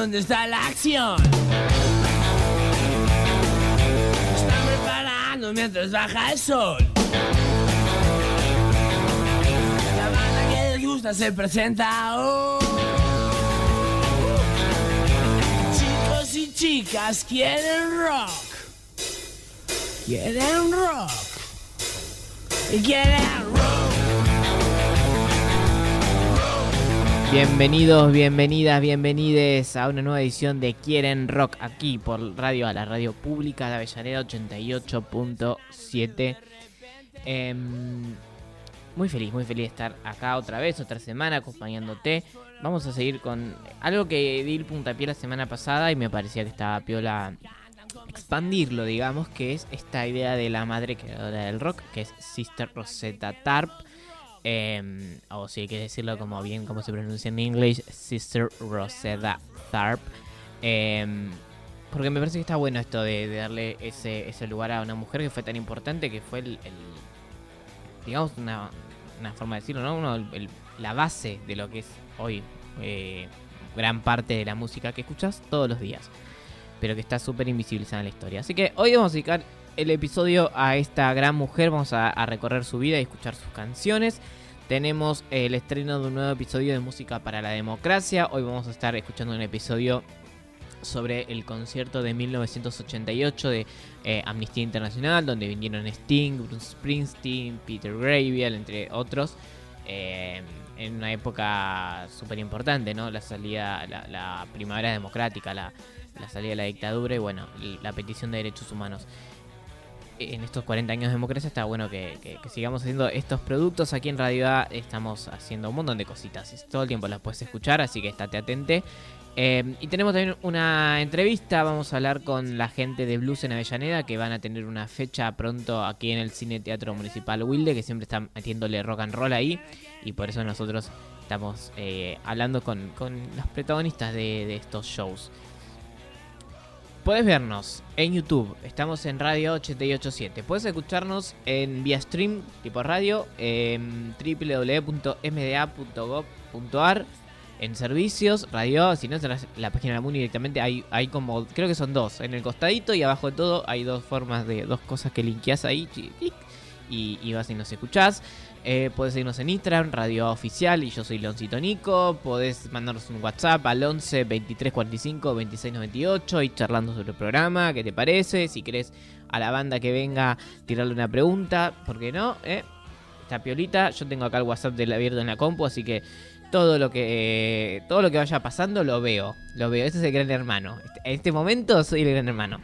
¿dónde está la acción? Están preparando mientras baja el sol. La banda que les gusta se presenta hoy. Chicos y chicas quieren rock. Quieren rock. Y quieren rock. Bienvenidos, bienvenidas, bienvenides a una nueva edición de Quieren Rock aquí por Radio A, la radio pública de Avellaneda 88.7. Muy feliz de estar acá otra vez, otra semana acompañándote. Vamos a seguir con algo que di el puntapié la semana pasada y me parecía que estaba piola expandirlo, digamos, que es esta idea de la madre creadora del rock, que es Sister Rosetta Tharpe. O si hay que decirlo como se pronuncia en inglés, Sister Rosetta Tharpe. Porque me parece que está bueno esto de darle ese lugar a una mujer que fue tan importante, que fue digamos, una forma de decirlo, ¿no? La base de lo que es hoy gran parte de la música que escuchas todos los días, pero que está súper invisibilizada en la historia. Así que hoy vamos a dedicar el episodio a esta gran mujer. Vamos a recorrer su vida y escuchar sus canciones. Tenemos el estreno de un nuevo episodio de Música para la Democracia. Hoy vamos a estar escuchando un episodio sobre el concierto de 1988 de Amnistía Internacional, donde vinieron Sting, Bruce Springsteen, Peter Gabriel, entre otros, en una época súper importante, ¿no? La salida, la primavera democrática, la salida de la dictadura y bueno, la petición de derechos humanos. En estos 40 años de democracia está bueno que sigamos haciendo estos productos. Aquí en Radio A estamos haciendo un montón de cositas, todo el tiempo las puedes escuchar, así que estate atente. Y tenemos también una entrevista. Vamos a hablar con la gente de Blues en Avellaneda, que van a tener una fecha pronto aquí en el Cine Teatro Municipal Wilde, que siempre están metiéndole rock and roll ahí, y por eso nosotros estamos hablando con los protagonistas de estos shows. Podés vernos en YouTube, estamos en Radio 887. Podés escucharnos en vía stream, tipo radio, en www.mda.gov.ar. En servicios, radio, si no es la página de la MUNI directamente, hay como, creo que son dos. En el costadito y abajo de todo hay dos cosas que linkeás ahí, y vas y nos escuchás. Podés seguirnos en Instagram, Radio Oficial, y yo soy Leoncito Nico. Podés mandarnos un WhatsApp al 11 23 45 26 98 y charlando sobre el programa, qué te parece. Si querés a la banda que venga, tirarle una pregunta, ¿por qué no? Está piolita. Yo tengo acá el WhatsApp abierto en la compu, así que todo lo que vaya pasando lo veo. Este es el gran hermano. En este momento soy el gran hermano.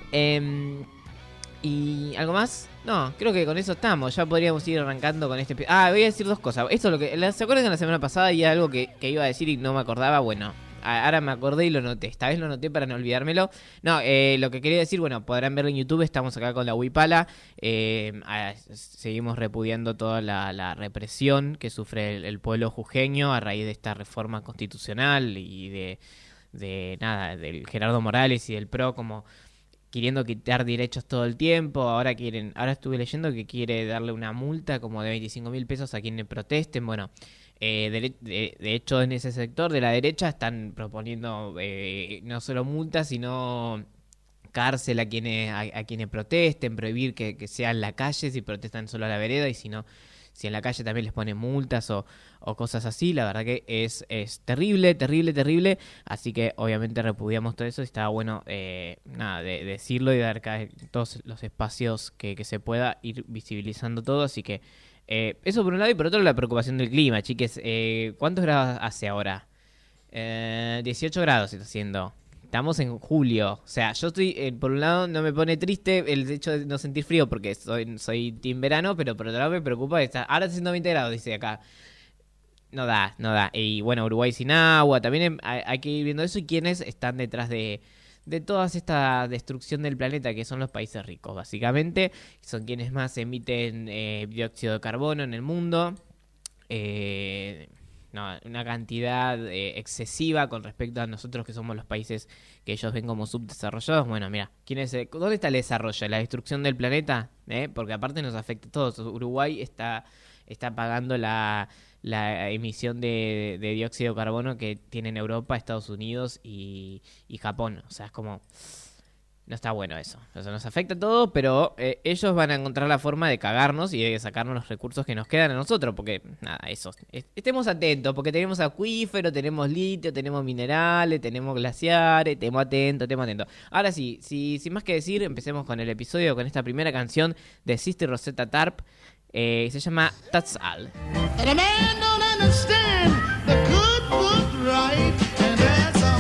¿Y algo más? No, creo que con eso estamos. Ya podríamos ir arrancando con este... voy a decir dos cosas. Esto es lo que... ¿Se acuerdan que la semana pasada había algo que iba a decir y no me acordaba? Bueno, ahora me acordé y lo noté. Esta vez lo noté para no olvidármelo. No, lo que quería decir, bueno, podrán verlo en YouTube. Estamos acá con la Huipala. Seguimos repudiando toda la represión que sufre el pueblo jujeño a raíz de esta reforma constitucional y del Gerardo Morales y del PRO, como queriendo quitar derechos todo el tiempo. Ahora estuve leyendo que quiere darle una multa como de 25.000 pesos a quienes protesten. Bueno, de hecho en ese sector de la derecha están proponiendo no solo multas, sino cárcel a quienes protesten, prohibir que sea en la calle si protestan solo a la vereda, y si no, si en la calle también les ponen multas o cosas así. La verdad que es terrible, terrible, terrible. Así que obviamente repudiamos todo eso y estaba bueno de decirlo y dar todos los espacios que se pueda ir visibilizando todo. Así que eso por un lado, y por otro la preocupación del clima, chiques. ¿Cuántos grados hace ahora? 18 grados está haciendo. Estamos en julio. O sea, yo estoy, por un lado no me pone triste el hecho de no sentir frío porque soy team verano, pero por otro lado me preocupa ahora está haciendo 20 grados, dice acá. No da. Y bueno, Uruguay sin agua, también hay que ir viendo eso, y quiénes están detrás de toda esta destrucción del planeta, que son los países ricos, básicamente. Son quienes más emiten dióxido de carbono en el mundo. Una cantidad excesiva con respecto a nosotros, que somos los países que ellos ven como subdesarrollados. Bueno, mira, ¿dónde está el desarrollo? ¿La destrucción del planeta? Porque aparte nos afecta a todos. Uruguay está pagando la la emisión de dióxido de carbono que tienen Europa, Estados Unidos y Japón. O sea, es como... No está bueno eso. O sea, nos afecta a todo, pero ellos van a encontrar la forma de cagarnos y de sacarnos los recursos que nos quedan a nosotros. Porque, nada, eso. Estemos atentos, porque tenemos acuífero, tenemos litio, tenemos minerales, tenemos glaciares. Estemos atentos. Ahora sí, sin más que decir, empecemos con el episodio, con esta primera canción de Sister Rosetta Tarp. Se llama That's All. And a man don't understand the good book right, and that's all.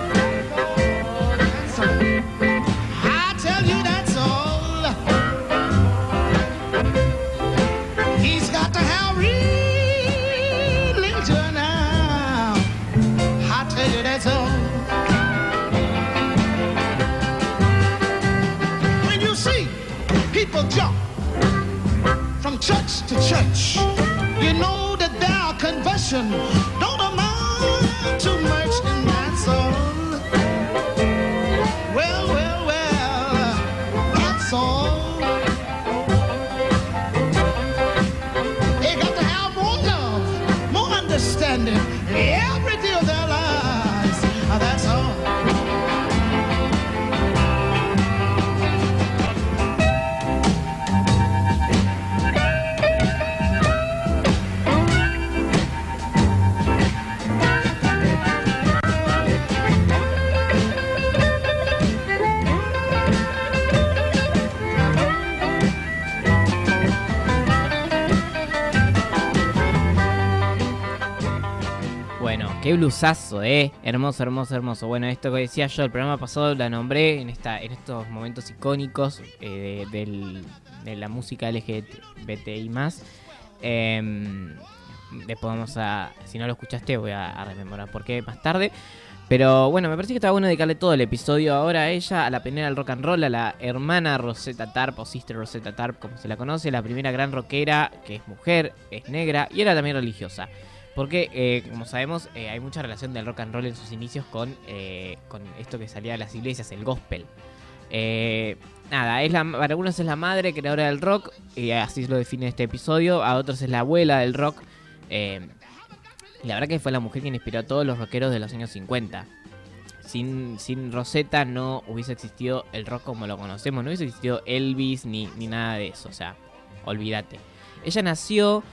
Jump from church to church. You know that their conversion don't amount to much, and that's all. Well, that's all. They got to have more love, more understanding every day of their lives. That's all. Qué blusazo, hermoso. Bueno, esto que decía yo, el programa pasado la nombré en estos momentos icónicos de la música LGBTI+. Después vamos a, si no lo escuchaste, voy a rememorar por qué más tarde. Pero bueno, me parece que estaba bueno dedicarle todo el episodio ahora a ella, a la pionera del rock and roll, a la hermana Rosetta Tarp, o Sister Rosetta Tarp, como se la conoce, la primera gran rockera que es mujer, es negra y era también religiosa. Porque, como sabemos, hay mucha relación del rock and roll en sus inicios con esto que salía de las iglesias, el gospel. Nada, para algunos es la madre creadora del rock, y así lo define este episodio. A otros es la abuela del rock. La verdad que fue la mujer quien inspiró a todos los rockeros de los años 50. Sin Rosetta no hubiese existido el rock como lo conocemos. No hubiese existido Elvis ni nada de eso. O sea, olvídate. Ella nació...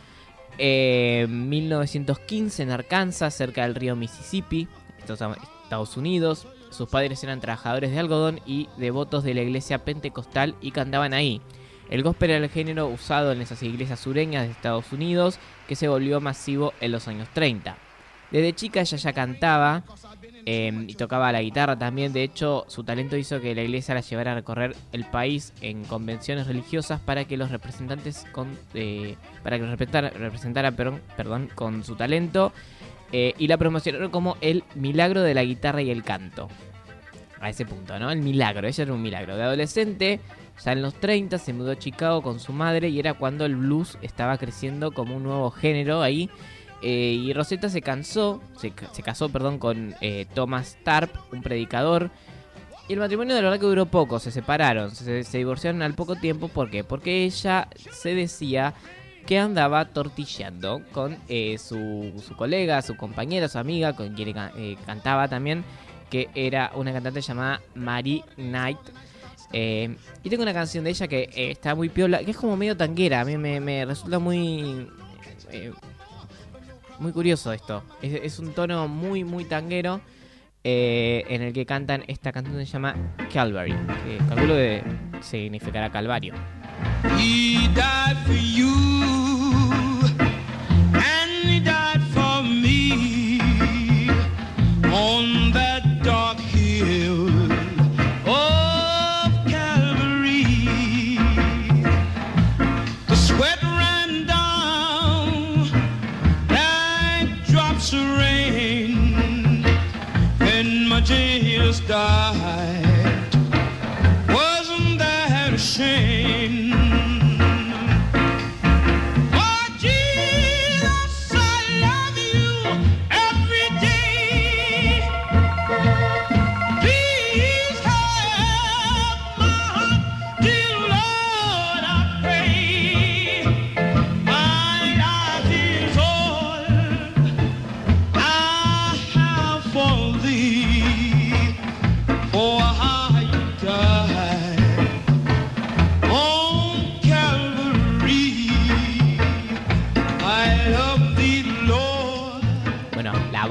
1915 en Arkansas, cerca del río Mississippi, Estados Unidos. Sus padres eran trabajadores de algodón y devotos de la iglesia pentecostal y cantaban ahí. El gospel era el género usado en esas iglesias sureñas de Estados Unidos, que se volvió masivo en los años 30. Desde chica ella ya cantaba y tocaba la guitarra también. De hecho, su talento hizo que la iglesia la llevara a recorrer el país en convenciones religiosas para que los representantes representara con su talento, y la promocionaron como el milagro de la guitarra y el canto. A ese punto, ¿no? El milagro, ella era un milagro. De adolescente, ya en los 30, se mudó a Chicago con su madre, y era cuando el blues estaba creciendo como un nuevo género ahí. Y Rosetta se casó con Thomas Tarp, un predicador. Y el matrimonio de verdad que duró poco, se separaron, se divorciaron al poco tiempo. ¿Por qué? Porque ella se decía que andaba tortilleando con su colega, su compañera, su amiga, con quien cantaba también, que era una cantante llamada Mary Knight. Y tengo una canción de ella que está muy piola, que es como medio tanguera. A mí me resulta muy curioso esto. Es un tono muy, muy tanguero, en el que cantan esta canción que se llama Calvary, que calculo que significará Calvario. He died for you, and he died for me, on that dark hill of Calvary. The sweat ran down like drops of rain, and my Jesus died. Wasn't that a shame?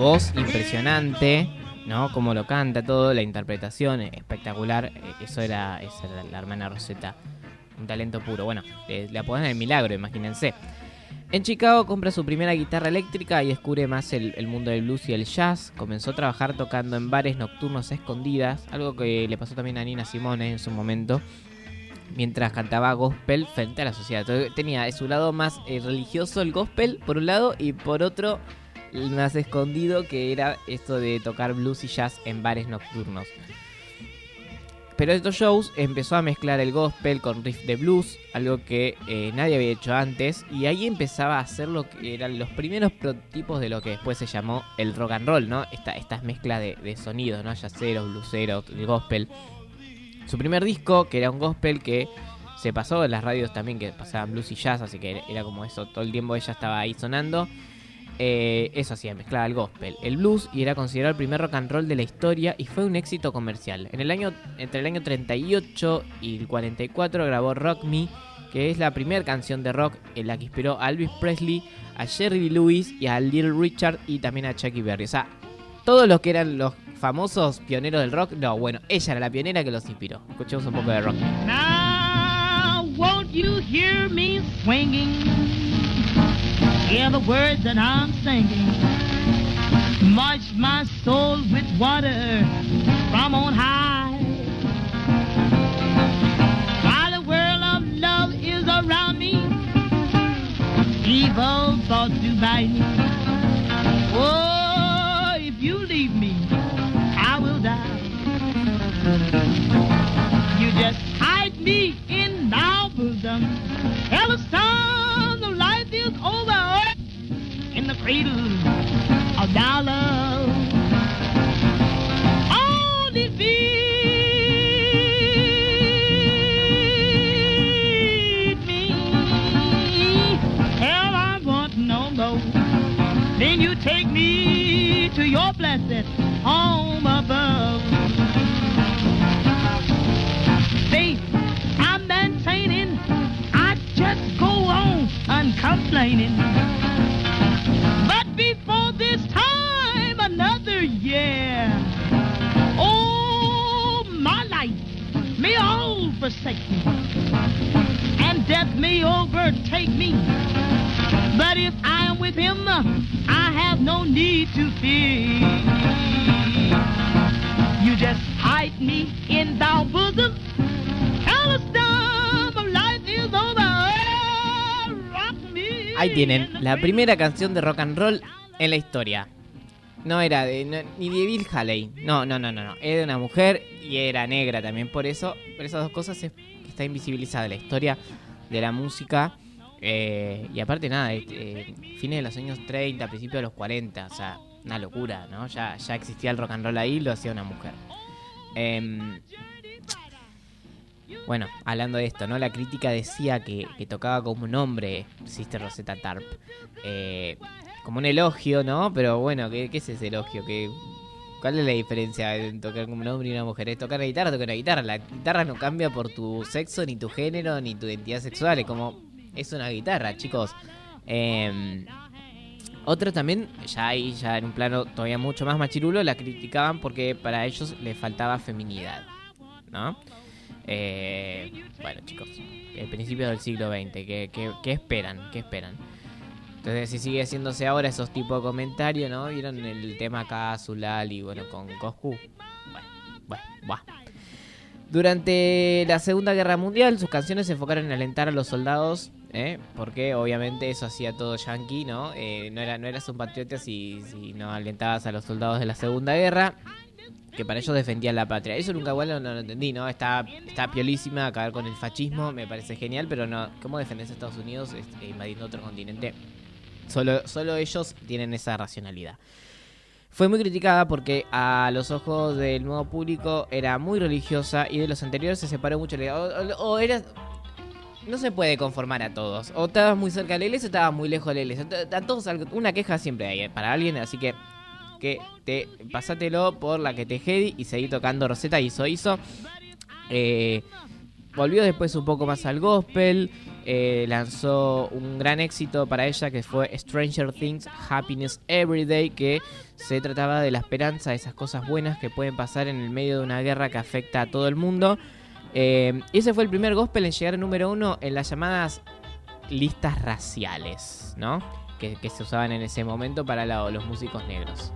voz impresionante, ¿no? Como lo canta todo, la interpretación espectacular. Esa era la hermana Rosetta, un talento puro. Bueno, le apodan el milagro, imagínense. En Chicago compra su primera guitarra eléctrica y descubre más el mundo del blues y el jazz. Comenzó a trabajar tocando en bares nocturnos a escondidas, algo que le pasó también a Nina Simone en su momento, mientras cantaba gospel frente a la sociedad. Entonces, tenía de su lado más religioso el gospel, por un lado, y por otro, el más escondido, que era esto de tocar blues y jazz en bares nocturnos. Pero estos shows empezó a mezclar el gospel con riff de blues, algo que nadie había hecho antes, y ahí empezaba a hacer lo que eran los primeros prototipos de lo que después se llamó el rock and roll, ¿no? Estas mezclas de sonidos, ¿no? Jazzeros, blueseros, el gospel. Su primer disco, que era un gospel que se pasó en las radios también, que pasaban blues y jazz, así que era como eso, todo el tiempo ella estaba ahí sonando. Eso hacía, mezclaba el gospel, el blues, y era considerado el primer rock and roll de la historia y fue un éxito comercial. Entre el año 38 y el 44 grabó Rock Me, que es la primera canción de rock en la que inspiró a Elvis Presley, a Jerry Lee Lewis y a Little Richard y también a Chucky Berry. O sea, todos los que eran los famosos pioneros del rock, no, bueno, ella era la pionera que los inspiró. Escuchemos un poco de rock. Now, won't you hear me swinging? Hear the words that I'm singing. Much my soul with water from on high. While the world of love is around me, evil thoughts do bite me. Oh, if you leave me, I will die. You just hide me in thy bosom. Tell the sun the life is over in the cradle of thy love. Only feed me till I want no more. Then you take me to your blessed home above. Faith, I'm maintaining, I just go on uncomplaining. But before this time, another year, oh, my life may all forsake me, and death may overtake me. But if I am with him, I have no need to fear. You just hide me in thy bosom. Tell the storm of life is over. Rock me. Ahí tienen, la primera canción de rock and roll en la historia. No era ni de Bill Haley. No. Era de una mujer y era negra también. Por eso, por esas dos cosas es que está invisibilizada la historia de la música. Y aparte nada, fines de los años 30, principios de los 40, o sea, una locura, ¿no? Ya existía el rock and roll ahí, lo hacía una mujer. Bueno, hablando de esto, ¿no? La crítica decía que tocaba como un hombre Sister Rosetta Tharpe. Como un elogio, ¿no? Pero bueno, ¿qué es ese elogio? ¿Cuál es la diferencia en tocar como un hombre y una mujer? Es tocar la guitarra, tocar una guitarra. La guitarra no cambia por tu sexo, ni tu género, ni tu identidad sexual. Es como... es una guitarra, chicos. Otros también, ya en un plano todavía mucho más machirulo, la criticaban porque para ellos les faltaba feminidad, ¿no? Bueno, chicos, el principio del siglo XX, ¿qué esperan? ¿Qué esperan? Entonces, si sigue haciéndose ahora esos tipos de comentarios, ¿no? ¿Vieron el tema acá, Zulal y bueno, con Coscu? Bueno. Durante la Segunda Guerra Mundial, sus canciones se enfocaron en alentar a los soldados, porque obviamente eso hacía todo yankee, ¿no? No eras un patriota si no alentabas a los soldados de la Segunda Guerra, que para ellos defendían la patria. Eso nunca igual no lo entendí, ¿no? Está piolísima acabar con el fascismo, me parece genial, pero no, ¿cómo defendés a Estados Unidos invadiendo otro continente? Solo ellos tienen esa racionalidad. Fue muy criticada porque a los ojos del nuevo público era muy religiosa y de los anteriores se separó mucho. O era... No se puede conformar a todos. O estabas muy cerca de la iglesia o estabas muy lejos de la iglesia. A todos una queja siempre hay para alguien, así que pasátelo por la que te jedi y seguí tocando Rosetta. Hizo. Volvió después un poco más al gospel. lanzó un gran éxito para ella que fue Stranger Things Happiness Everyday, que se trataba de la esperanza, de esas cosas buenas que pueden pasar en el medio de una guerra que afecta a todo el mundo. Ese fue el primer gospel en llegar a número 1 en las llamadas listas raciales, ¿no? Que se usaban en ese momento para los músicos negros.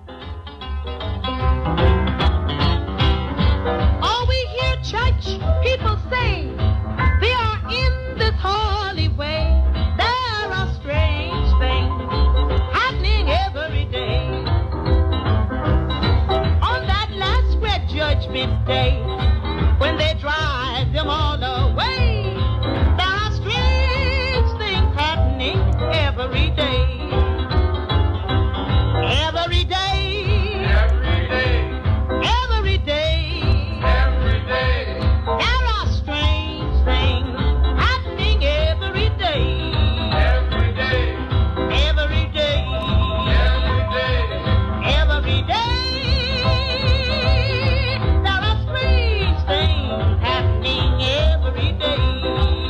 All we hear church people say, they are in this holy way. There are strange things happening every day. On that last great judgment day, when they drive them all away, there are strange things happening every day. Every day. Every day. Every day. Every day. There are strange things happening every day. Every day. Every day. Every day. Every day. There are strange things happening every day.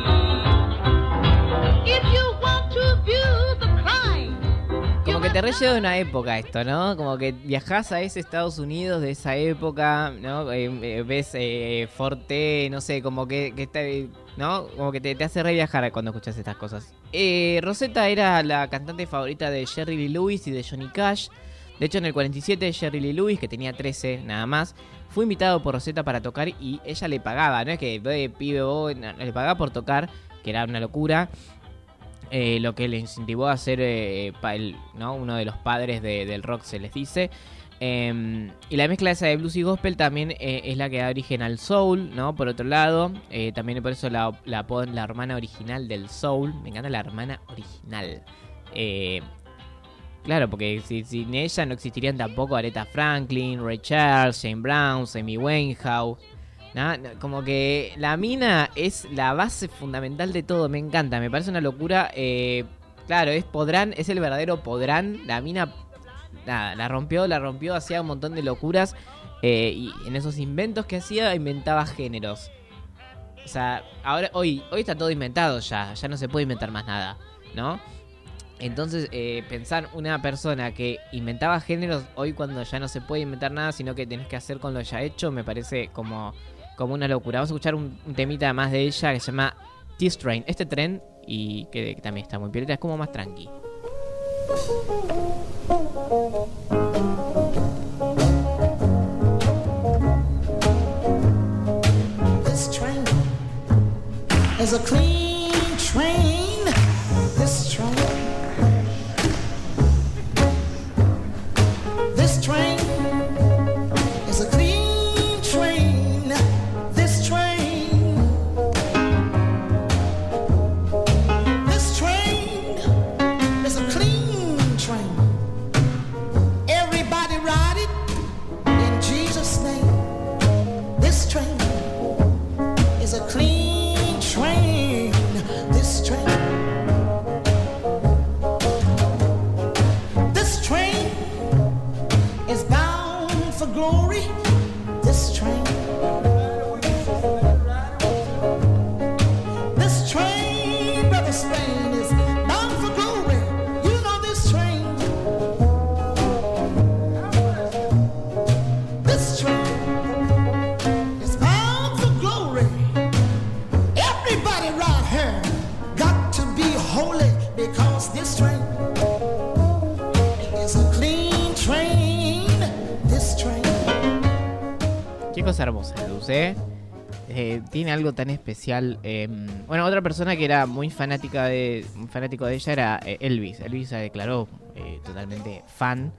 If you want to view the crime, Como que te rellevo de una época esto, ¿no? Como que viajás a ese Estados Unidos de esa época, ¿no? Ves Forte, no sé, como que está, ¿no? Como que te hace re viajar cuando escuchas estas cosas. Rosetta era la cantante favorita de Jerry Lee Lewis y de Johnny Cash. De hecho, en el 47, Jerry Lee Lewis, que tenía 13 nada más, fue invitado por Rosetta para tocar y ella le pagaba, no es que pibe vos, no, le pagaba por tocar, que era una locura. Lo que le incentivó a ser ¿no? uno de los padres del rock, se les dice. Y la mezcla esa de blues y gospel también es la que da origen al soul, ¿no? Por otro lado, también por eso la apodan la hermana original del soul. Me encanta la hermana original. Claro, porque sin ella no existirían tampoco Aretha Franklin, Ray Charles, James Brown, Amy Winehouse. ¿No? Como que la mina es la base fundamental de todo, me encanta, me parece una locura. Claro, es el verdadero Podrán. La mina, nada, la rompió, hacía un montón de locuras. Y en esos inventos que hacía, inventaba géneros. O sea, hoy está todo inventado ya no se puede inventar más nada, ¿no? Entonces, pensar una persona que inventaba géneros hoy cuando ya no se puede inventar nada, sino que tenés que hacer con lo ya hecho, me parece como una locura. Vamos a escuchar un temita más de ella que se llama This Train. Este tren, y que también está muy piolita, es como más tranqui. This train is a clean train. This train. This train is a clean train. This train. This train is a clean train. Everybody ride it in Jesus' name. This train is a clean train. This train. This train is bound for glory. This train. This train, Brother Spain, is bound for glory. You know this train. This train is bound for glory. Everybody right here got to be holy because this train is a clean train. This train. Qué cosa hermosa, Luz, ¿eh? Tiene algo tan especial. Bueno, otra persona que era muy fanático de ella era Elvis. Elvis se declaró totalmente fan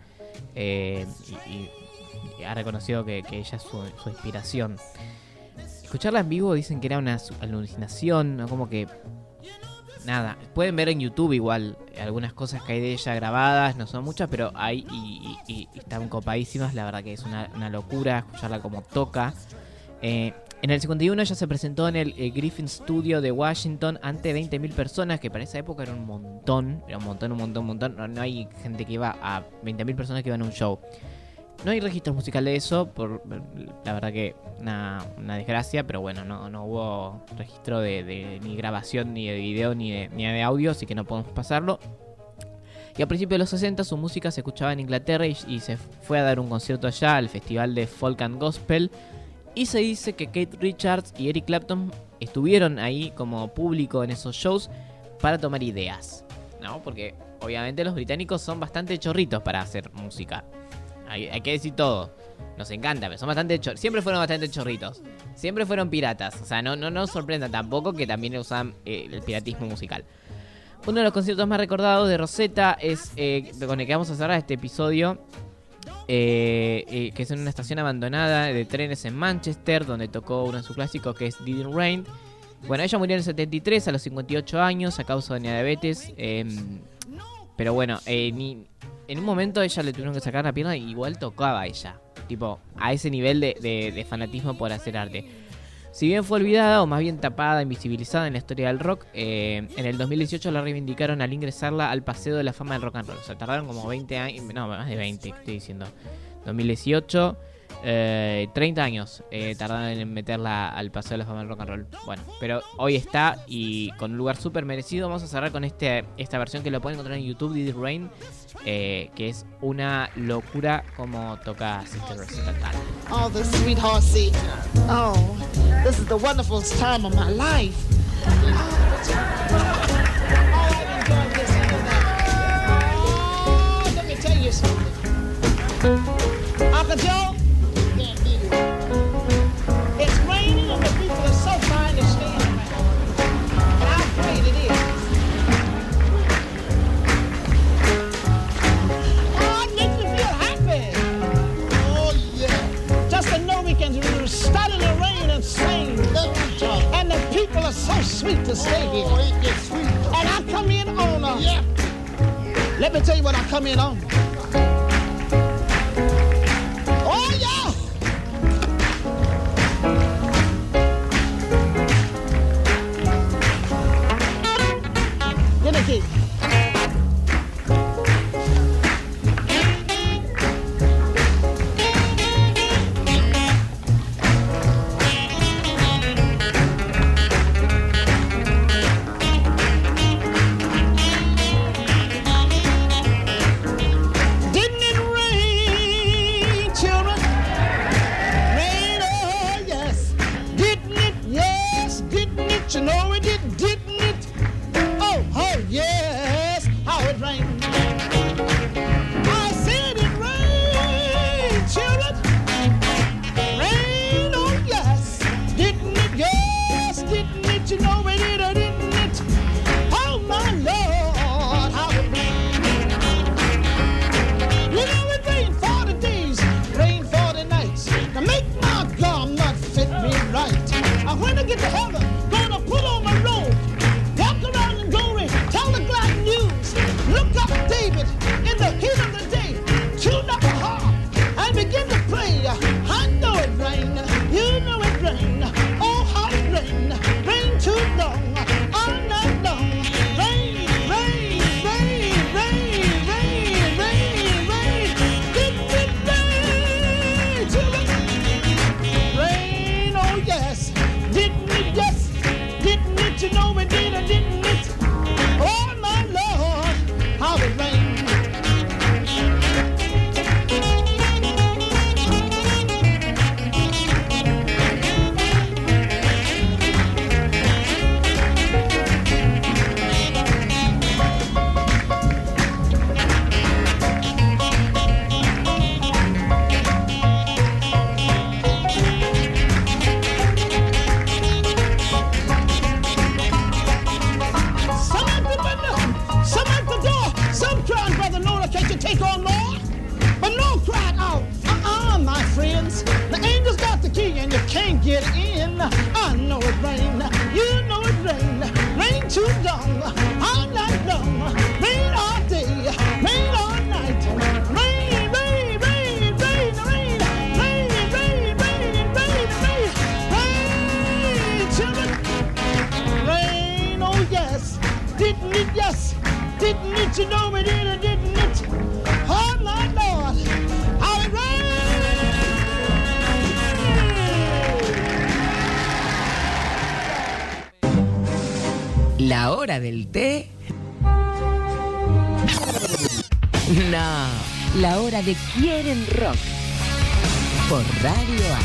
y ha reconocido que ella es su inspiración. Escucharla en vivo dicen que era una alucinación, ¿no? Como que nada, pueden ver en YouTube igual algunas cosas que hay de ella grabadas, no son muchas, pero hay y están copadísimas. La verdad que es una locura escucharla como toca. En el 51 ella se presentó en el Griffin Studio de Washington ante 20.000 personas, que para esa época era un montón. No hay gente que iba a 20.000 personas que iban a un show. No hay registro musical de eso, la verdad que una desgracia, pero bueno, no hubo registro de ni grabación, ni de video, ni de audio, así que no podemos pasarlo. Y a principios de los 60 su música se escuchaba en Inglaterra y se fue a dar un concierto allá al Festival de Folk and Gospel. Y se dice que Keith Richards y Eric Clapton estuvieron ahí como público en esos shows para tomar ideas, ¿no? Porque obviamente los británicos son bastante chorritos para hacer música. Hay que decir todo. Nos encanta, pero son bastante siempre fueron bastante chorritos. Siempre fueron piratas. O sea, no nos sorprenda tampoco que también usan el piratismo musical. Uno de los conciertos más recordados de Rosetta es con el que vamos a cerrar este episodio. Que es en una estación abandonada de trenes en Manchester, donde tocó uno de sus clásicos que es Didn't Rain. Bueno, ella murió en el 73 a los 58 años a causa de diabetes. Pero bueno, en un momento ella le tuvieron que sacar la pierna y igual tocaba ella. Tipo, a ese nivel de fanatismo por hacer arte. Si bien fue olvidada, o más bien tapada, invisibilizada en la historia del rock, en el 2018 la reivindicaron al ingresarla al Paseo de la Fama del Rock and Roll. O sea, tardaron como 20 años, no, más de 20, estoy diciendo. 2018, 30 años tardaron en meterla al Paseo de la Fama del Rock and Roll. Bueno, pero hoy está y con un lugar súper merecido. Vamos a cerrar con esta versión que lo pueden encontrar en YouTube, Did It Rain, que es una locura como toca Sister Rosetta Tharpe. Oh, the sweetheart seat. Oh, this is the wonderful time of my life. Oh, let me tell you something. Uncle Joe, can't beat it. It's raining and the people are so fine to stand around. And how great it is. Oh, it makes me feel happy. Oh, yeah. Just to know we can start in the rain and sing. And the people are so sweet to stay here. Oh, it gets sweet. And I come in on a... Yeah. Let me tell you what I come in on. Oh, yeah. Let me keep. Didn't it? You know we did it, didn't it? Oh my Lord, how it rained. ¿La hora del té? No, la hora de Quieren Rock. Por Radio A.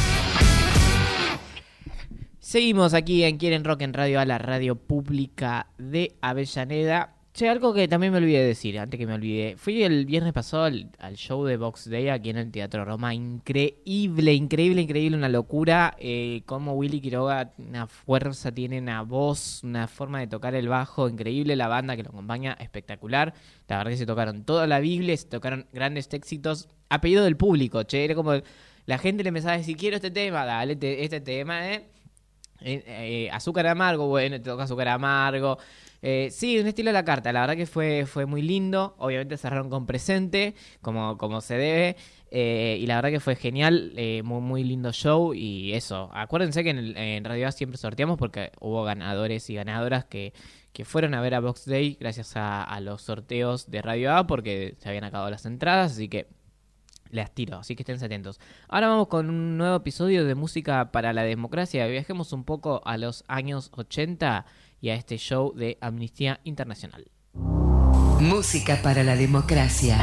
Seguimos aquí en Quieren Rock en Radio A, la radio pública de Avellaneda. Che, algo que también me olvidé de decir, antes que me olvidé. Fui el viernes pasado al show de Box Day aquí en el Teatro Roma. Increíble, una locura. Como Willy Quiroga, una fuerza, tiene una voz, una forma de tocar el bajo increíble. La banda que lo acompaña, espectacular. La verdad que se tocaron toda la Biblia, se tocaron grandes éxitos a pedido del público. Che, era como la gente le empezaba a decir, quiero este tema, dale este tema, azúcar amargo, bueno, te toca azúcar amargo. Sí, un estilo a la carta. La verdad que fue muy lindo. Obviamente cerraron con presente, como se debe. Y la verdad que fue genial. Muy lindo show. Y eso, acuérdense que en Radio A siempre sorteamos, porque hubo ganadores y ganadoras que fueron a ver a Box Day gracias a los sorteos de Radio A, porque se habían acabado las entradas. Así que las tiro, así que estén atentos. Ahora vamos con un nuevo episodio de Música para la Democracia. Viajemos un poco a los años 80 y a este show de Amnistía Internacional. Música para la Democracia.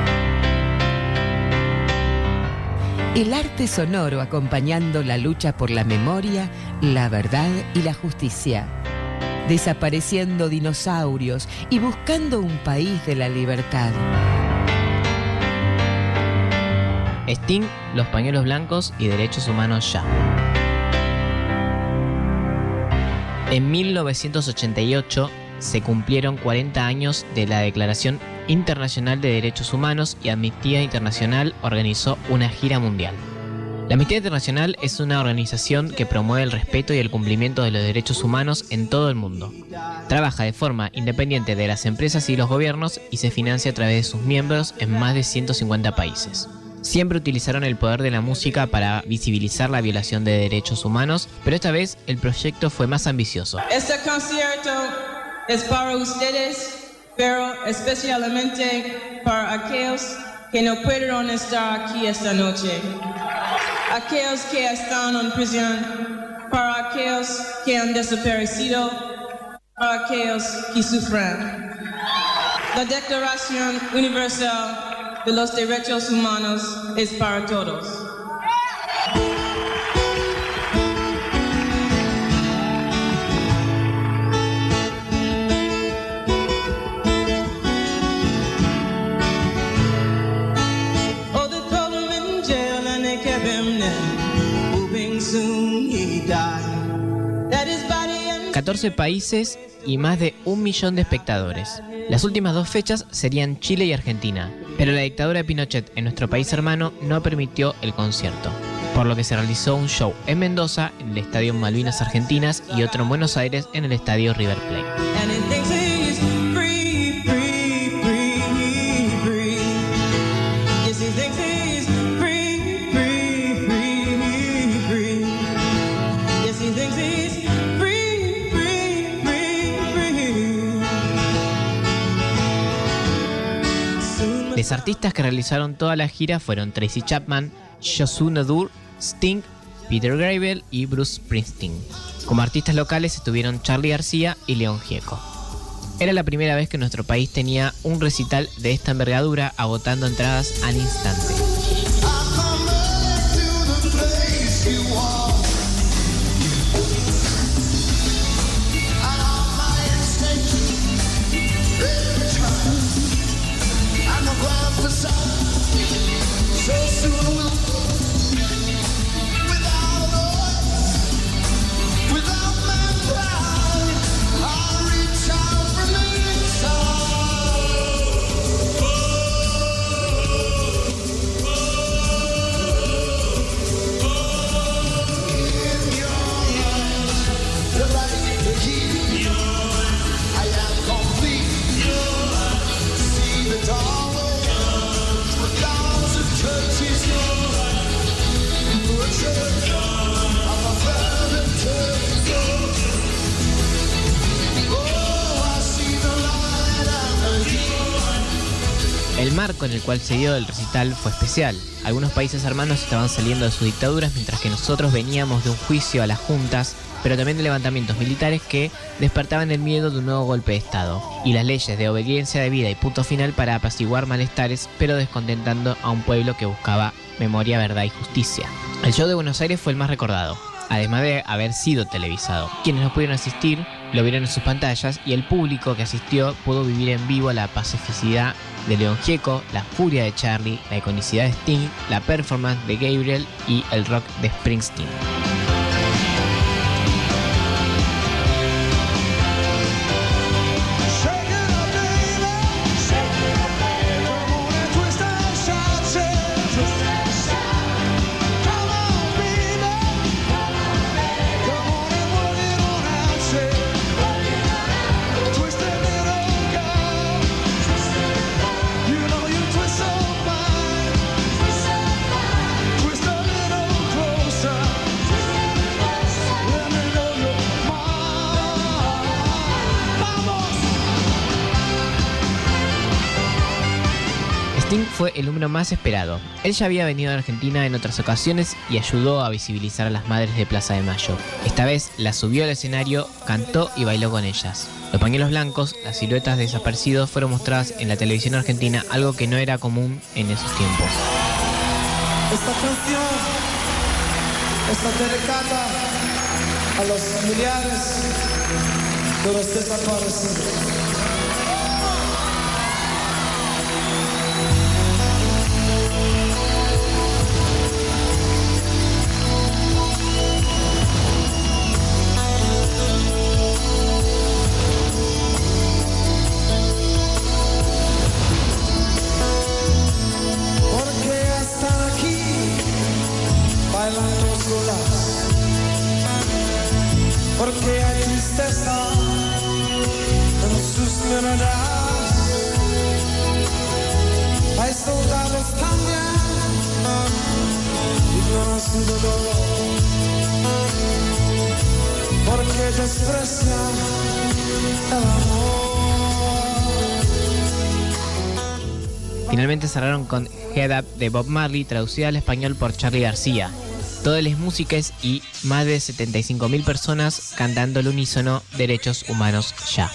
El arte sonoro acompañando la lucha por la memoria, la verdad y la justicia. Desapareciendo dinosaurios y buscando un país de la libertad. Sting, Los Pañuelos Blancos y Derechos Humanos Ya. En 1988 se cumplieron 40 años de la Declaración Internacional de Derechos Humanos y Amnistía Internacional organizó una gira mundial. La Amnistía Internacional es una organización que promueve el respeto y el cumplimiento de los derechos humanos en todo el mundo. Trabaja de forma independiente de las empresas y los gobiernos y se financia a través de sus miembros en más de 150 países. Siempre utilizaron el poder de la música para visibilizar la violación de derechos humanos, pero esta vez el proyecto fue más ambicioso. Este concierto es para ustedes, pero especialmente para aquellos que no pudieron estar aquí esta noche. Aquellos que están en prisión, para aquellos que han desaparecido, para aquellos que sufren. La Declaración Universal de los Derechos Humanos es para todos. Oh, they throw him in jail and they kept him there, hoping soon he'd die. That his body and 14 países y más de 1 millón de espectadores. Las últimas 2 fechas serían Chile y Argentina, pero la dictadura de Pinochet en nuestro país hermano no permitió el concierto, por lo que se realizó un show en Mendoza, en el Estadio Malvinas Argentinas, y otro en Buenos Aires, en el Estadio River Plate. Los artistas que realizaron toda la gira fueron Tracy Chapman, Yoshua Dur, Sting, Peter Gabriel y Bruce Springsteen. Como artistas locales estuvieron Charly García y León Gieco. Era la primera vez que nuestro país tenía un recital de esta envergadura, agotando entradas al instante. El marco en el cual se dio el recital fue especial. Algunos países hermanos estaban saliendo de sus dictaduras, mientras que nosotros veníamos de un juicio a las juntas pero también de levantamientos militares que despertaban el miedo de un nuevo golpe de Estado, y las leyes de obediencia debida y punto final para apaciguar malestares, pero descontentando a un pueblo que buscaba memoria, verdad y justicia. El show de Buenos Aires fue el más recordado, además de haber sido televisado. Quienes no pudieron asistir lo vieron en sus pantallas, y el público que asistió pudo vivir en vivo la pacificidad de León Gieco, la furia de Charlie, la iconicidad de Sting, la performance de Gabriel y el rock de Springsteen. Sting fue el número más esperado. Él ya había venido a Argentina en otras ocasiones y ayudó a visibilizar a las madres de Plaza de Mayo. Esta vez las subió al escenario, cantó y bailó con ellas. Los pañuelos blancos, las siluetas de desaparecidos fueron mostradas en la televisión argentina, algo que no era común en esos tiempos. Esta canción está dedicada a los familiares de los desaparecidos. Porque hay tristeza en sus miradas, hay soldados también, ignoran su dolor, porque desprecian el amor. Finalmente cerraron con Head Up de Bob Marley, traducida al español por Charly García. Todas las músicas y más de 75.000 personas cantando al unísono Derechos Humanos Ya.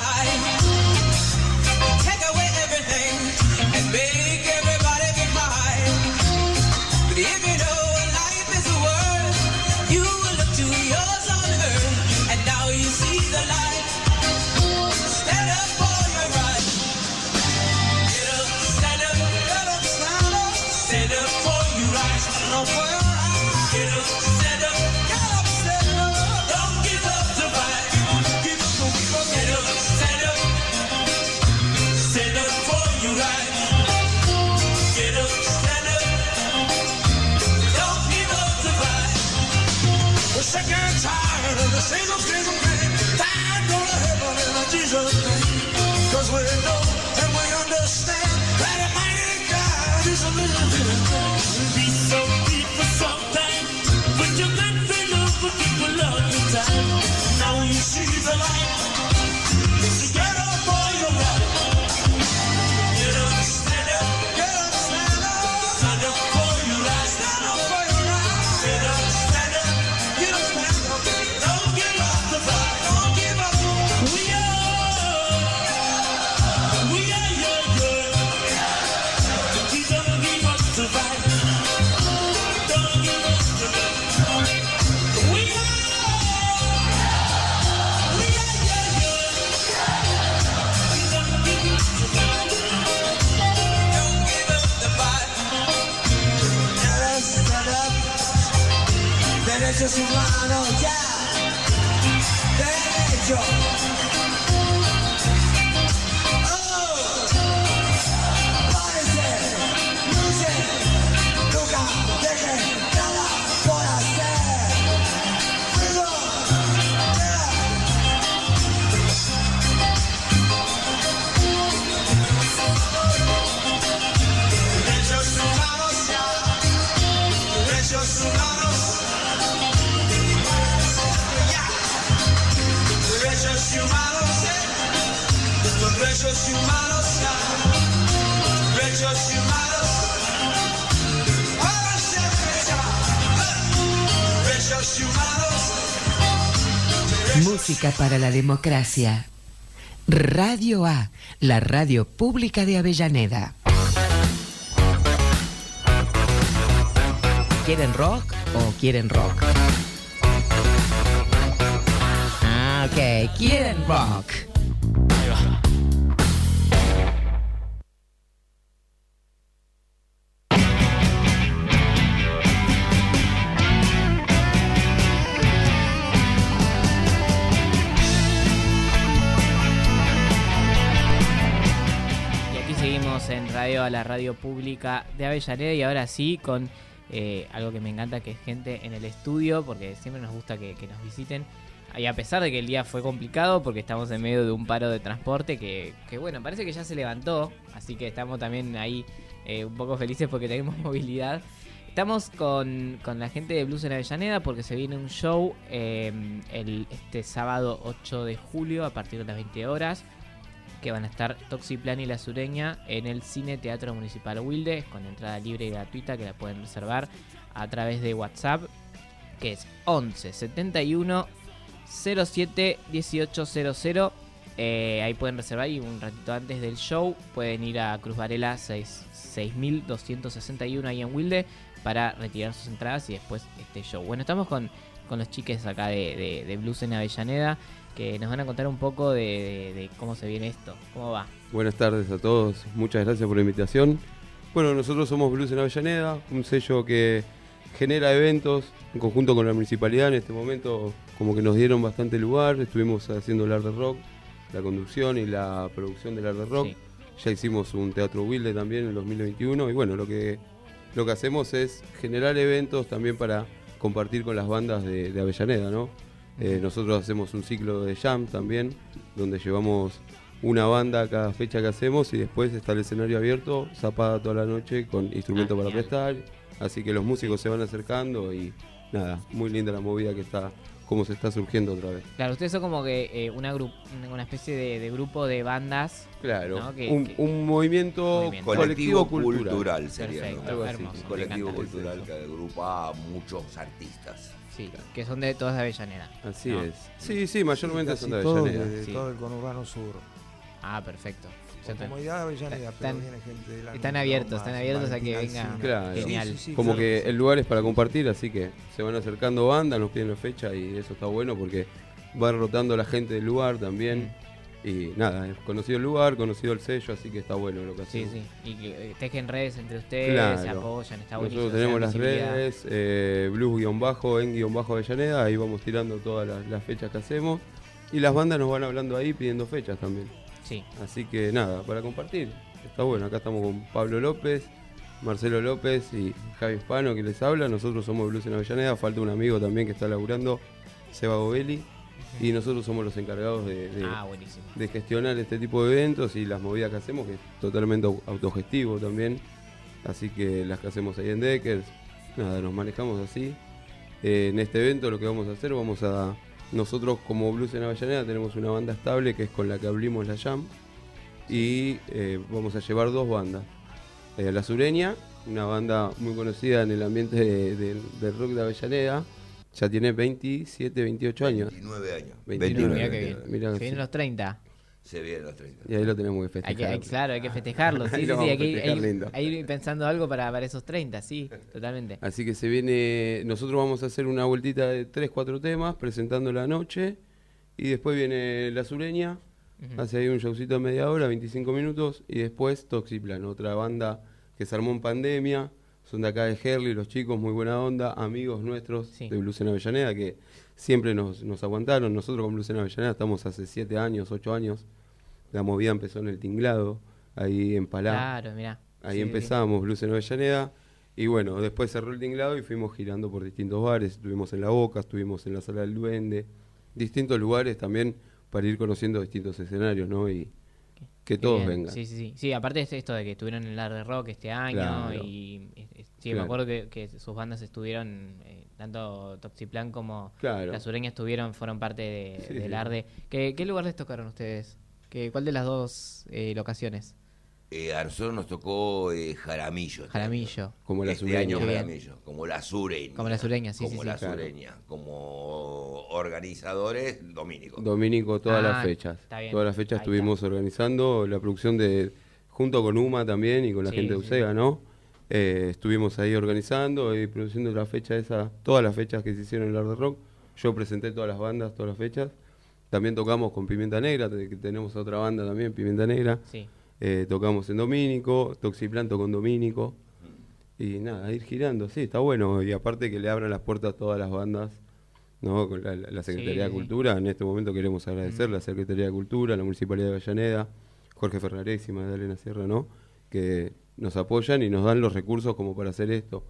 Derechos humanos, ya. Derecho. Oh. Párese, luche, nunca deje nada por hacer. Freedom, yeah. Derechos humanos, ya. Derechos humanos. Derechos humanos, derechos humanos, derechos humanos, para siempre ya. Derechos humanos, Música para la democracia. Radio A, la radio pública de Avellaneda. ¿Quieren rock o quieren rock? Ah, ok, quieren rock. En Radio A, la radio pública de Avellaneda, y ahora sí con algo que me encanta, que es gente en el estudio, porque siempre nos gusta que nos visiten, y a pesar de que el día fue complicado porque estamos en medio de un paro de transporte que bueno, parece que ya se levantó, así que estamos también ahí un poco felices porque tenemos movilidad. Estamos con la gente de Blues en Avellaneda porque se viene un show este sábado 8 de julio a partir de las 20 horas, que van a estar Toxiplan y La Sureña en el Cine Teatro Municipal Wilde, con entrada libre y gratuita, que la pueden reservar a través de WhatsApp, que es 11 71 07 1800. Ahí pueden reservar, y un ratito antes del show pueden ir a Cruz Varela 6261 ahí en Wilde para retirar sus entradas y después este show. Bueno, estamos con los chiques acá de Blues en Avellaneda, que nos van a contar un poco de cómo se viene esto, cómo va. Buenas tardes a todos, muchas gracias por la invitación. Bueno, nosotros somos Blues en Avellaneda, un sello que genera eventos en conjunto con la municipalidad. En este momento como que nos dieron bastante lugar, estuvimos haciendo el Art de Rock, la conducción y la producción del Art de Rock. Sí. Ya hicimos un Teatro Wilde también en 2021 y bueno, lo que hacemos es generar eventos también para compartir con las bandas de Avellaneda, ¿no? Nosotros hacemos un ciclo de jam también, donde llevamos una banda a cada fecha que hacemos y después está el escenario abierto, zapada toda la noche con instrumentos para prestar. Así que los músicos se van acercando y nada, muy linda la movida que está, cómo se está surgiendo otra vez. Claro, ustedes son como que una especie de grupo de bandas. Claro, ¿no? un movimiento colectivo cultural sería, perfecto, ¿no? Algo así. Hermoso, Un colectivo cultural que agrupa a muchos artistas. Sí, claro, que son de todas de Avellaneda. Así ¿no? es. Sí, mayormente son de todo Avellaneda. Todo el conurbano sur. Ah, perfecto. Con comodidad de Avellaneda, pero viene gente de la están abiertos a que venga. Claro. Genial. Sí, como claro, que el lugar es para compartir, así que se van acercando bandas, nos piden la fecha y eso está bueno porque va rotando la gente del lugar también. Y nada, es conocido el lugar, conocido el sello, así que está bueno lo que hacemos. Sí. Y que tejen redes entre ustedes, Claro. se apoyan, está buenísimo. Nosotros tenemos las redes, blues_en_Avellaneda, ahí vamos tirando todas las fechas que hacemos. Y las bandas nos van hablando ahí pidiendo fechas también. Sí. Así que nada, para compartir. Está bueno, acá estamos con Pablo López, Marcelo López y Javi Hispano que les habla. Nosotros somos Blues en Avellaneda, falta un amigo también que está laburando, Seba Govelli. Y nosotros somos los encargados de gestionar este tipo de eventos y las movidas que hacemos, que es totalmente autogestivo también. Así que las que hacemos ahí en Deckers, nada, nos manejamos así. En este evento lo que vamos a hacer, nosotros como Blues en Avellaneda tenemos una banda estable que es con la que abrimos la jam. Y vamos a llevar dos bandas. La Sureña, una banda muy conocida en el ambiente del rock de Avellaneda. Ya tiene 27, 28 años. 29 años. 29. Mirá que bien. Mirá, se vienen los 30. Se vienen los 30. Y ahí lo tenemos que festejar. Claro, hay que festejarlo. Sí, hay ir pensando algo para esos 30, sí, totalmente. Así que se viene, nosotros vamos a hacer una vueltita de 3-4 temas, presentando la noche. Y después viene La Sureña, hace ahí un showcito de media hora, 25 minutos. Y después Toxiplan, otra banda que se armó en pandemia. Son de acá de Herli, los chicos, muy buena onda, amigos nuestros de Blues en Avellaneda, que siempre nos aguantaron. Nosotros con Blues en Avellaneda estamos hace 7 años, 8 años. La movida empezó en el Tinglado, ahí en Palá. Claro, mirá. Ahí empezamos, Blues en Avellaneda. Y bueno, después cerró el Tinglado y fuimos girando por distintos bares. Estuvimos en La Boca, estuvimos en la Sala del Duende. Distintos lugares también para ir conociendo distintos escenarios, ¿no? Y que todos bien. vengan. Sí, aparte de esto de que estuvieron en el Art de Rock este año. Claro. Y sí, me acuerdo que sus bandas estuvieron, tanto Toxiplan como La Sureña fueron parte del Arde. ¿Qué lugar les tocaron ustedes? ¿Cuál de las dos locaciones? A nosotros nos tocó Jaramillo. Jaramillo. Como la Este sureña. año Qué bien. Jaramillo, como la sureña. Como la sureña, sí, como sí, la sí. sureña. Como organizadores, Domínico. Domínico, todas las fechas. Está bien. Todas las fechas Ahí estuvimos organizando la producción junto con UMA también y con la Sí, gente de sí. UCEGA, ¿no? Estuvimos ahí organizando y produciendo la fecha esa, todas las fechas que se hicieron en el Hard Rock. Yo presenté todas las bandas, todas las fechas. También tocamos con Pimienta Negra, que tenemos otra banda también, Pimienta Negra. Sí. Tocamos en Domínico, Toxiplanto con Domínico. Y nada, ir girando, sí, está bueno. Y aparte que le abran las puertas a todas las bandas, ¿no? Con la Secretaría de Sí. Cultura. En este momento queremos agradecer a la Secretaría de Cultura, la Municipalidad de Avellaneda, Jorge Ferraresi, Magdalena Sierra, ¿no? Que nos apoyan y nos dan los recursos como para hacer esto.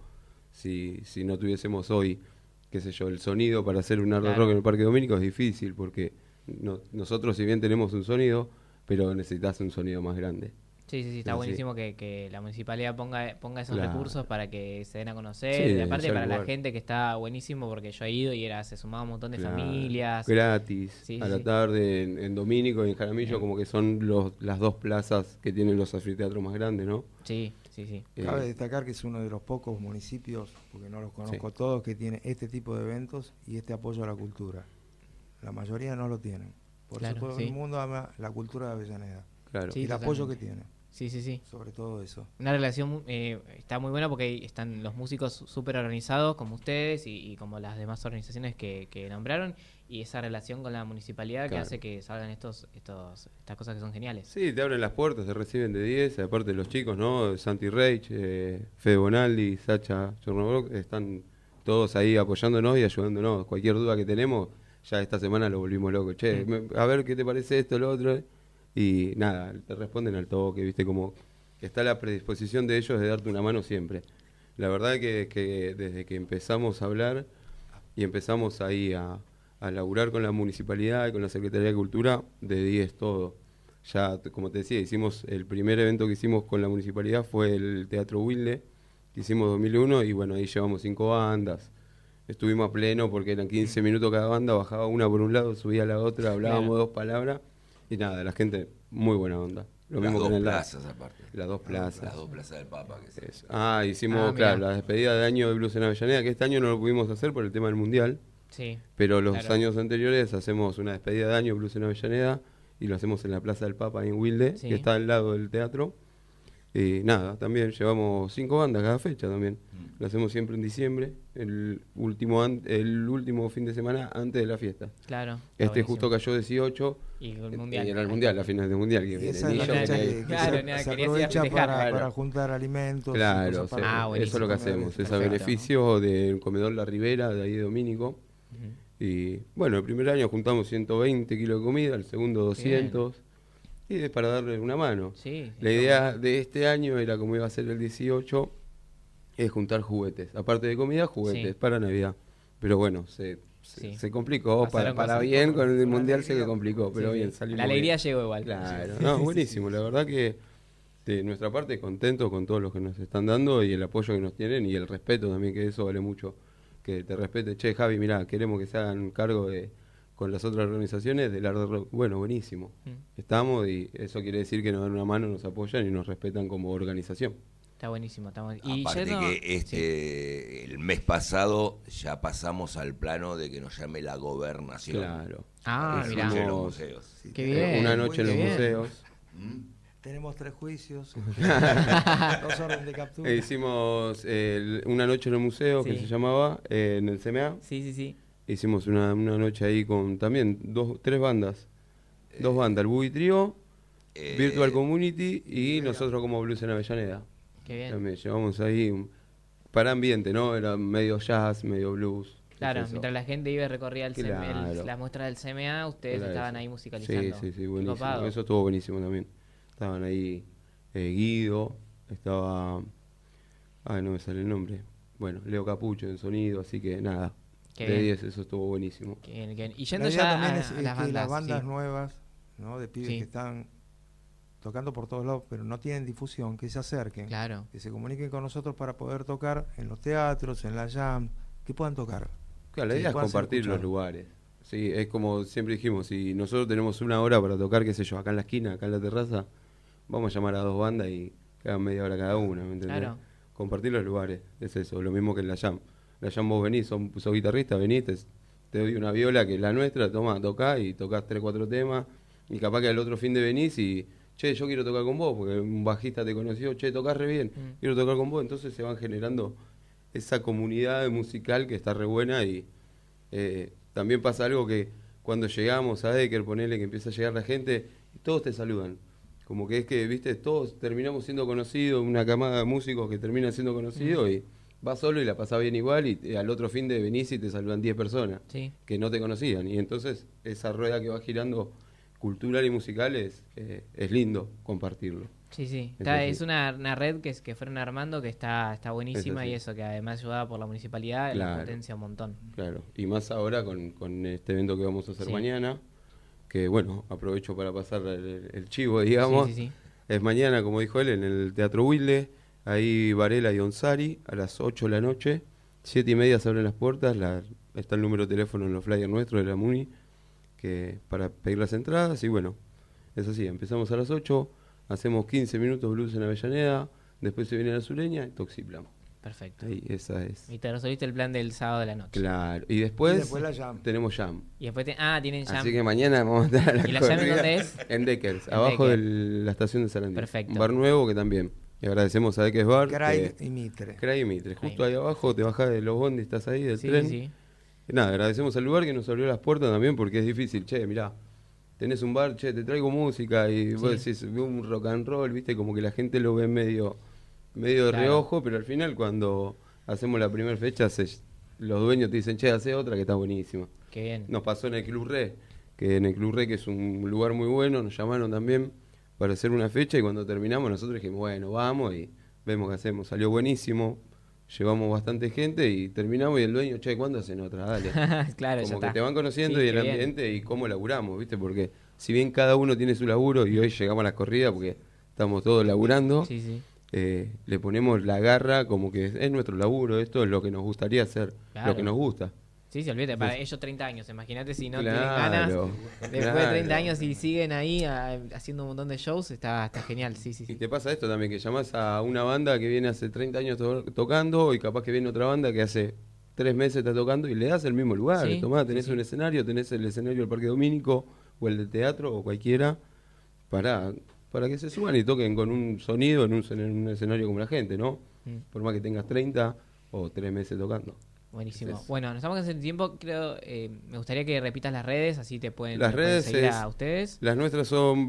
Si no tuviésemos hoy, qué sé yo, el sonido para hacer un hard Claro. rock en el Parque Domínico es difícil, porque nosotros si bien tenemos un sonido, pero necesitas un sonido más grande. Sí, está Sí. buenísimo que la municipalidad ponga esos Claro. recursos para que se den a conocer. Sí, y aparte ya para la lugar. gente que está buenísimo, porque yo he ido y se sumaba un montón de Claro. familias. Gratis, Sí, a la sí. tarde en Domínico y en Jaramillo, como que son las dos plazas que tienen los anfiteatros más grandes, ¿no? Sí. Cabe destacar que es uno de los pocos municipios, porque no los conozco todos, que tiene este tipo de eventos y este apoyo a la cultura. La mayoría no lo tienen. Por Claro, eso todo sí. el mundo ama la cultura de Avellaneda. Claro. Sí, Y el apoyo que totalmente. tiene. Sí. Sobre todo eso. Una relación está muy buena porque están los músicos súper organizados como ustedes y como las demás organizaciones que nombraron, y esa relación con la municipalidad que Claro. hace que salgan estas cosas que son geniales. Sí, te abren las puertas, te reciben de 10, aparte de los chicos, ¿no? Santi Reich, Fede Bonaldi, Sacha Chornobrock, están todos ahí apoyándonos y ayudándonos. Cualquier duda que tenemos, ya esta semana lo volvimos loco. Che, a ver qué te parece esto, lo otro. Y nada, te responden al toque, ¿viste? Como está la predisposición de ellos de darte una mano siempre. La verdad que desde que empezamos a hablar y empezamos ahí a laburar con la municipalidad y con la Secretaría de Cultura, de 10 todo. Ya, como te decía, hicimos el primer evento que hicimos con la municipalidad fue el Teatro Wilde, que hicimos 2001, y bueno, ahí llevamos 5 bandas. Estuvimos a pleno porque eran 15 minutos cada banda, bajaba una por un lado, subía a la otra, hablábamos Claro. 2 palabras, y nada, la gente muy buena onda. Lo Las mismo dos que en el plazas aparte. Las 2 plazas. Las dos plazas del Papa. Que Eso. Hicimos, mirá. claro, la despedida de año de Blues en Avellaneda, que este año no lo pudimos hacer por el tema del Mundial. Sí. Pero los Claro. años anteriores hacemos una despedida de año Blues en Avellaneda y lo hacemos en la Plaza del Papa ahí en Wilde, Sí. que está al lado del teatro. Y nada, también llevamos 5 bandas cada fecha también. Lo hacemos siempre en diciembre, el último fin de semana antes de la fiesta. Claro. Justo cayó 18 Y el mundial. y era el mundial, la final del mundial. Que Y viene. esa es Ni la yo fecha quería- que Claro, se, nada, se quería aprovecha festejar. para juntar alimentos. y Claro, cosas o sea, para- buenísimo. eso es lo que hacemos, es a Perfecto. beneficio del comedor La Ribera, de ahí de Domínico. Y bueno, el primer año juntamos 120 kilos de comida, el segundo 200, y es para darle una mano. Sí. La idea de este año era, como iba a ser el 18, es juntar juguetes. Aparte de comida, juguetes Sí. para Navidad. Pero bueno, se complicó, Pasaron para cosas. bien, con el Con la Mundial se alegría. le complicó, pero Sí, bien, sí. salimos La alegría bien. llegó igual. Claro, no, buenísimo, la verdad que de nuestra parte contentos con todos los que nos están dando y el apoyo que nos tienen y el respeto también, que eso vale mucho, que te respete. Che, Javi, mirá, queremos que se hagan cargo con las otras organizaciones del Hard Rock. Bueno, buenísimo. Estamos y eso quiere decir que nos dan una mano, nos apoyan y nos respetan como organización. Está buenísimo. Y aparte yendo- que el mes pasado ya pasamos al plano de que nos llame la gobernación. Claro. Ah, mirá. Noche de los museos. Sí, Qué tenemos bien. Una noche en los Qué bien. museos. Tenemos 3 juicios, 2 órdenes de captura. Hicimos una noche en el museo, que Sí. se llamaba, en el CMA. Sí. Hicimos una noche ahí con también 3 bandas. 2 bandas, el Boogie Trio, Virtual Community y nosotros como Blues en Avellaneda. Qué bien. También llevamos ahí para ambiente, ¿no? Era medio jazz, medio blues. Claro, eso. mientras la gente iba y recorría Claro. las muestras del CMA, ustedes Era estaban eso. ahí musicalizando. Sí, Qué buenísimo. copado. Eso estuvo buenísimo también. Estaban ahí Guido, estaba... Ay, no me sale el nombre. Bueno, Leo Capucho en sonido, así que nada. Qué de bien. 10, eso estuvo buenísimo. Qué bien, qué bien. Y La yendo idea ya también a es las que las bandas. bandas Sí. nuevas, ¿no? De pibes Sí. que están tocando por todos lados, pero no tienen difusión, que se acerquen, Claro. que se comuniquen con nosotros para poder tocar en los teatros, en la jam, que puedan tocar. Claro, la Sí, idea es puedan ser compartir los escuchados. lugares. Sí, es como siempre dijimos, si nosotros tenemos una hora para tocar, qué sé yo, acá en la esquina, acá en la terraza, vamos a llamar a 2 bandas y que hagan media hora cada una, ¿me entendés? Claro. Compartir los lugares, es eso, lo mismo que en la jam. La jam vos venís, sos guitarrista, venís, te doy una viola que es la nuestra, tomá, tocás y tocás 3, 4 temas, y capaz que al otro fin de venís y, che, yo quiero tocar con vos, porque un bajista te conoció, che, tocás re bien, quiero tocar con vos, entonces se van generando esa comunidad musical que está re buena y también pasa algo que cuando llegamos a Decker, ponele que empieza a llegar la gente, y todos te saludan. Como que es que, viste, todos terminamos siendo conocidos, una camada de músicos que terminan siendo conocidos y vas solo y la pasás bien igual y al otro fin de venís y te saludan 10 personas que no te conocían. Y entonces esa rueda que va girando cultural y musical es lindo compartirlo. Sí, sí. Es una red que fueron armando que está buenísima y eso, que además ayudada por la municipalidad, la potencia un montón. Claro, y más ahora con este evento que vamos a hacer mañana, que bueno, aprovecho para pasar el chivo, digamos. Sí. Es mañana, como dijo él, en el Teatro Wilde, ahí Varela y Onsari, a las 8 de la noche, 7:30 se abren las puertas, está el número de teléfono en los flyers nuestros de la MUNI, que para pedir las entradas, y bueno, es así, empezamos a las 8, hacemos 15 minutos blues en Avellaneda, después se viene la Sureña y Toxiplan. Perfecto. Ahí, esa es. Y te resolviste el plan del sábado de la noche. Claro. Y después la jam. tenemos jam. Y después tienen jam. Así que mañana vamos a estar a la ¿Y la jam en dónde es? En Deckers, abajo de la estación de Sarandí. Perfecto. Un bar nuevo que también. Y agradecemos a Deckers Bar. Cray y Mitre. Cray y Mitre. Justo ahí abajo, te bajás de los bondis, estás ahí del tren. Sí. Y nada, agradecemos al lugar que nos abrió las puertas también porque es difícil. Che, mirá, tenés un bar, che, te traigo música y vos decís, veo un rock and roll, viste, como que la gente lo ve medio de reojo, pero al final cuando hacemos la primera fecha, los dueños te dicen, che, hace otra que está buenísima. Qué bien. Nos pasó en el Club Re, que es un lugar muy bueno, nos llamaron también para hacer una fecha y cuando terminamos nosotros dijimos, bueno, vamos y vemos qué hacemos. Salió buenísimo, llevamos bastante gente y terminamos y el dueño, che, ¿cuándo hacen otra? Dale. Claro, como ya que te van conociendo sí, y el ambiente y cómo laburamos, ¿viste? Porque si bien cada uno tiene su laburo y hoy llegamos a las corridas porque estamos todos laburando, le ponemos la garra como que es nuestro laburo, esto es lo que nos gustaría hacer, lo que nos gusta. Sí, se olvida, para ellos 30 años, imagínate si no tienen ganas, después de 30 años y siguen ahí haciendo un montón de shows, está genial, sí. Y te pasa esto también, que llamás a una banda que viene hace 30 años tocando y capaz que viene otra banda que hace 3 meses está tocando y le das el mismo lugar, tomá, tenés un escenario, tenés el escenario del Parque Domínico o el del teatro o cualquiera para que se suban y toquen con un sonido en un escenario como la gente, ¿no? Por más que tengas 30 o 3 meses tocando. Buenísimo. Entonces, bueno, nos estamos haciendo tiempo, creo, me gustaría que repitas las redes, así te pueden seguir a ustedes. Las nuestras son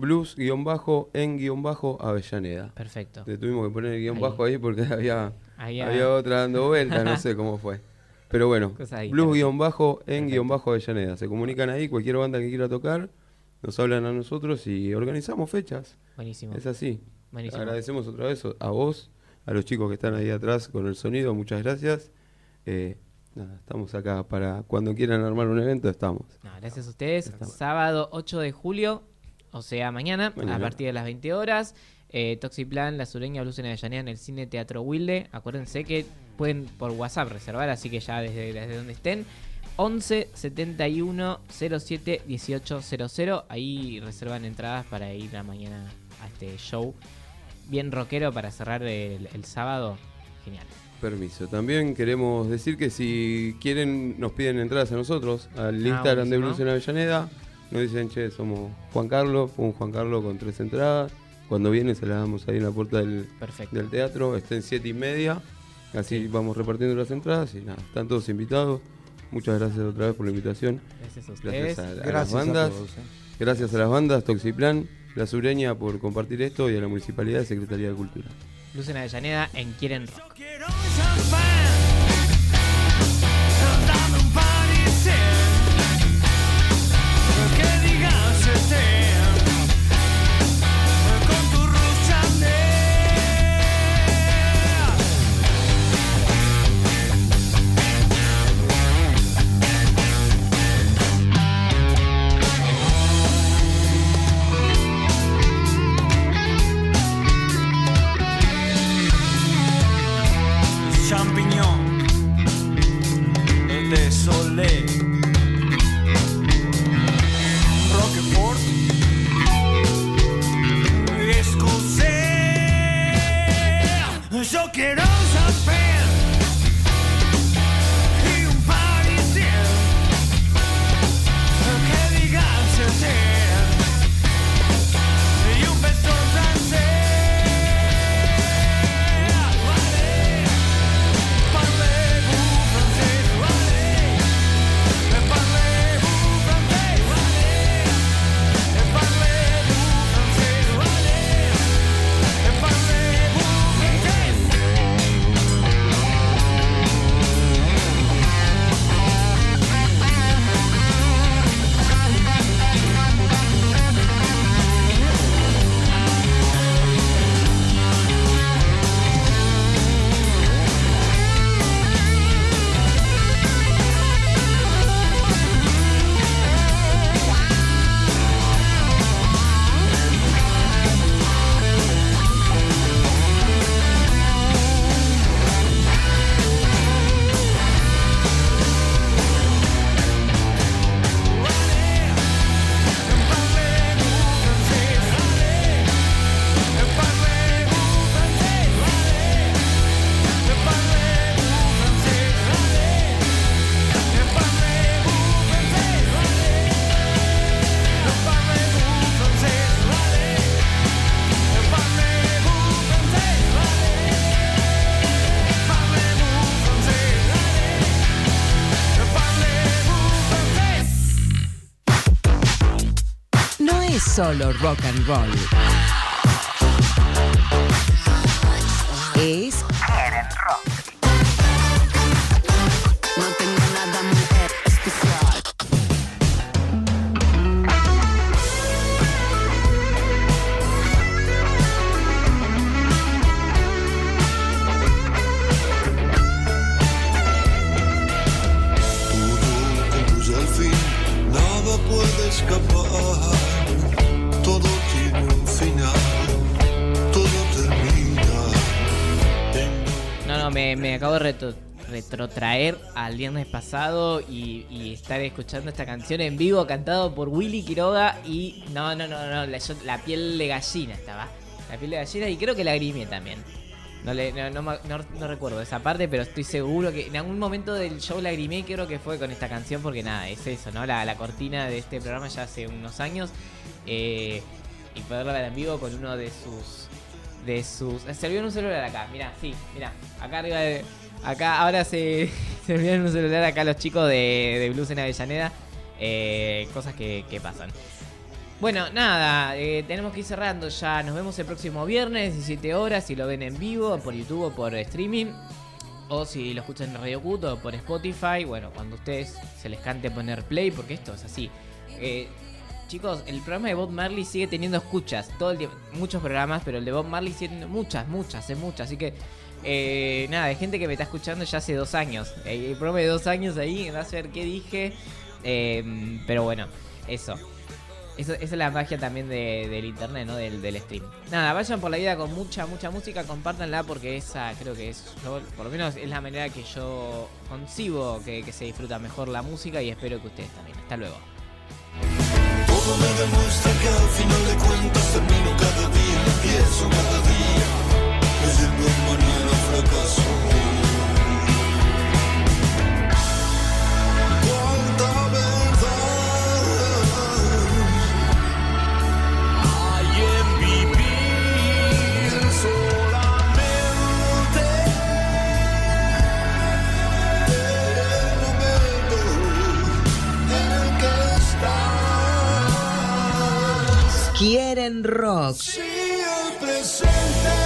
blues_en_Avellaneda. Perfecto. Le tuvimos que poner el guión bajo ahí porque había otra dando vuelta, no sé cómo fue. Pero bueno, blues_en_Avellaneda. Se comunican ahí, cualquier banda que quiera tocar, nos hablan a nosotros y organizamos fechas. Buenísimo. Es así. Buenísimo. Agradecemos otra vez a vos, a los chicos que están ahí atrás con el sonido, muchas gracias. Nada, estamos acá para cuando quieran armar un evento, estamos. No, gracias a ustedes. Sábado 8 de julio, o sea, mañana. A partir de las 20 horas. Toxiplan, La Sureña, Blues en Avellaneda en el Cine Teatro Wilde. Acuérdense que pueden por WhatsApp reservar, así que ya desde donde estén. 11 71 07 1800. Ahí reservan entradas para ir la mañana a este show bien rockero para cerrar el sábado. Genial. Permiso. También queremos decir que si quieren nos piden entradas a nosotros al Instagram de Blues en Avellaneda. Nos dicen, che, somos Juan Carlos, un Juan Carlos con 3 entradas. Cuando vienen se las damos ahí en la puerta del teatro. Está en 7:30. Así vamos repartiendo las entradas y nada, están todos invitados. Muchas gracias otra vez por la invitación. Gracias a ustedes. Gracias a las bandas. Gracias a las bandas, Toxiplan, La Sureña por compartir esto y a la Municipalidad y Secretaría de Cultura. Blues en Avellaneda en Quieren Rock. Champignons solo rock and roll. Es Quieren Rock. No tengo nada mujer especial. Todo concluye al fin, nada puede escapar. Todo tiene un final, todo termina. No, me acabo de retrotraer al viernes pasado y estar escuchando esta canción en vivo cantado por Willy Quiroga y la piel de gallina estaba. La piel de gallina y creo que lagrimé también. No recuerdo esa parte, pero estoy seguro que en algún momento del show lagrimé y creo que fue con esta canción porque nada, es eso, ¿no? La cortina de este programa ya hace unos años y poderla ver en vivo con uno de sus... Se olvidó en un celular acá, mirá, acá arriba acá ahora se olvidaron en un celular acá los chicos de Blues en Avellaneda, cosas que pasan. Bueno, nada, tenemos que ir cerrando ya, nos vemos el próximo viernes, 17 horas, si lo ven en vivo, por YouTube o por streaming, o si lo escuchan en Radio Cut o por Spotify, bueno, cuando a ustedes se les cante poner play, porque esto es así. Chicos, el programa de Bob Marley sigue teniendo escuchas todo el tiempo, muchos programas, pero el de Bob Marley sigue teniendo muchas, así que nada, hay gente que me está escuchando ya hace 2 años, el programa de 2 años ahí, no sé ver qué dije, pero bueno, esa es la magia también del internet, ¿no? Del stream. Nada, vayan por la vida con mucha música, compártanla porque esa creo que es, por lo menos es la manera que yo concibo que se disfruta mejor la música y espero que ustedes también. Hasta luego. Todo me demuestra que al final de cuentas termino cada día, empiezo cada día, creyendo en mañana fracaso. Cuánta verdad hay en vivir solamente el momento en el que estás. Quieren Rock. Sí, el presente.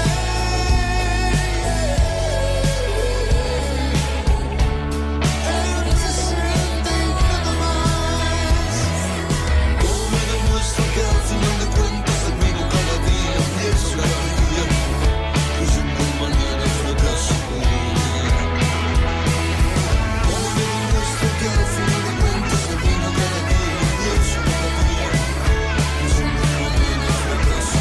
El presente y nada más. Todo me demuestra que al final de cuentas termino cada día, empiezo cada día, creyendo en mañana fracaso. Todo me demuestra que al final de cuentas termino cada día, empiezo cada día, creyendo en mañana fracaso.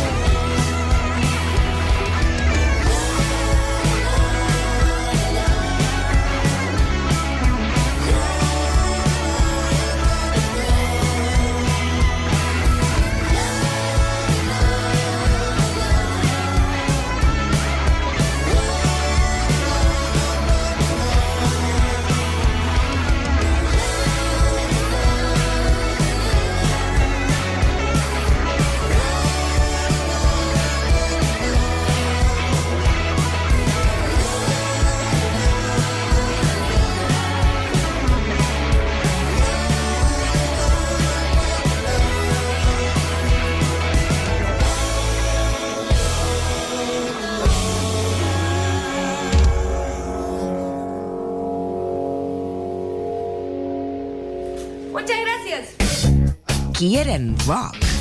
Quieren Rock.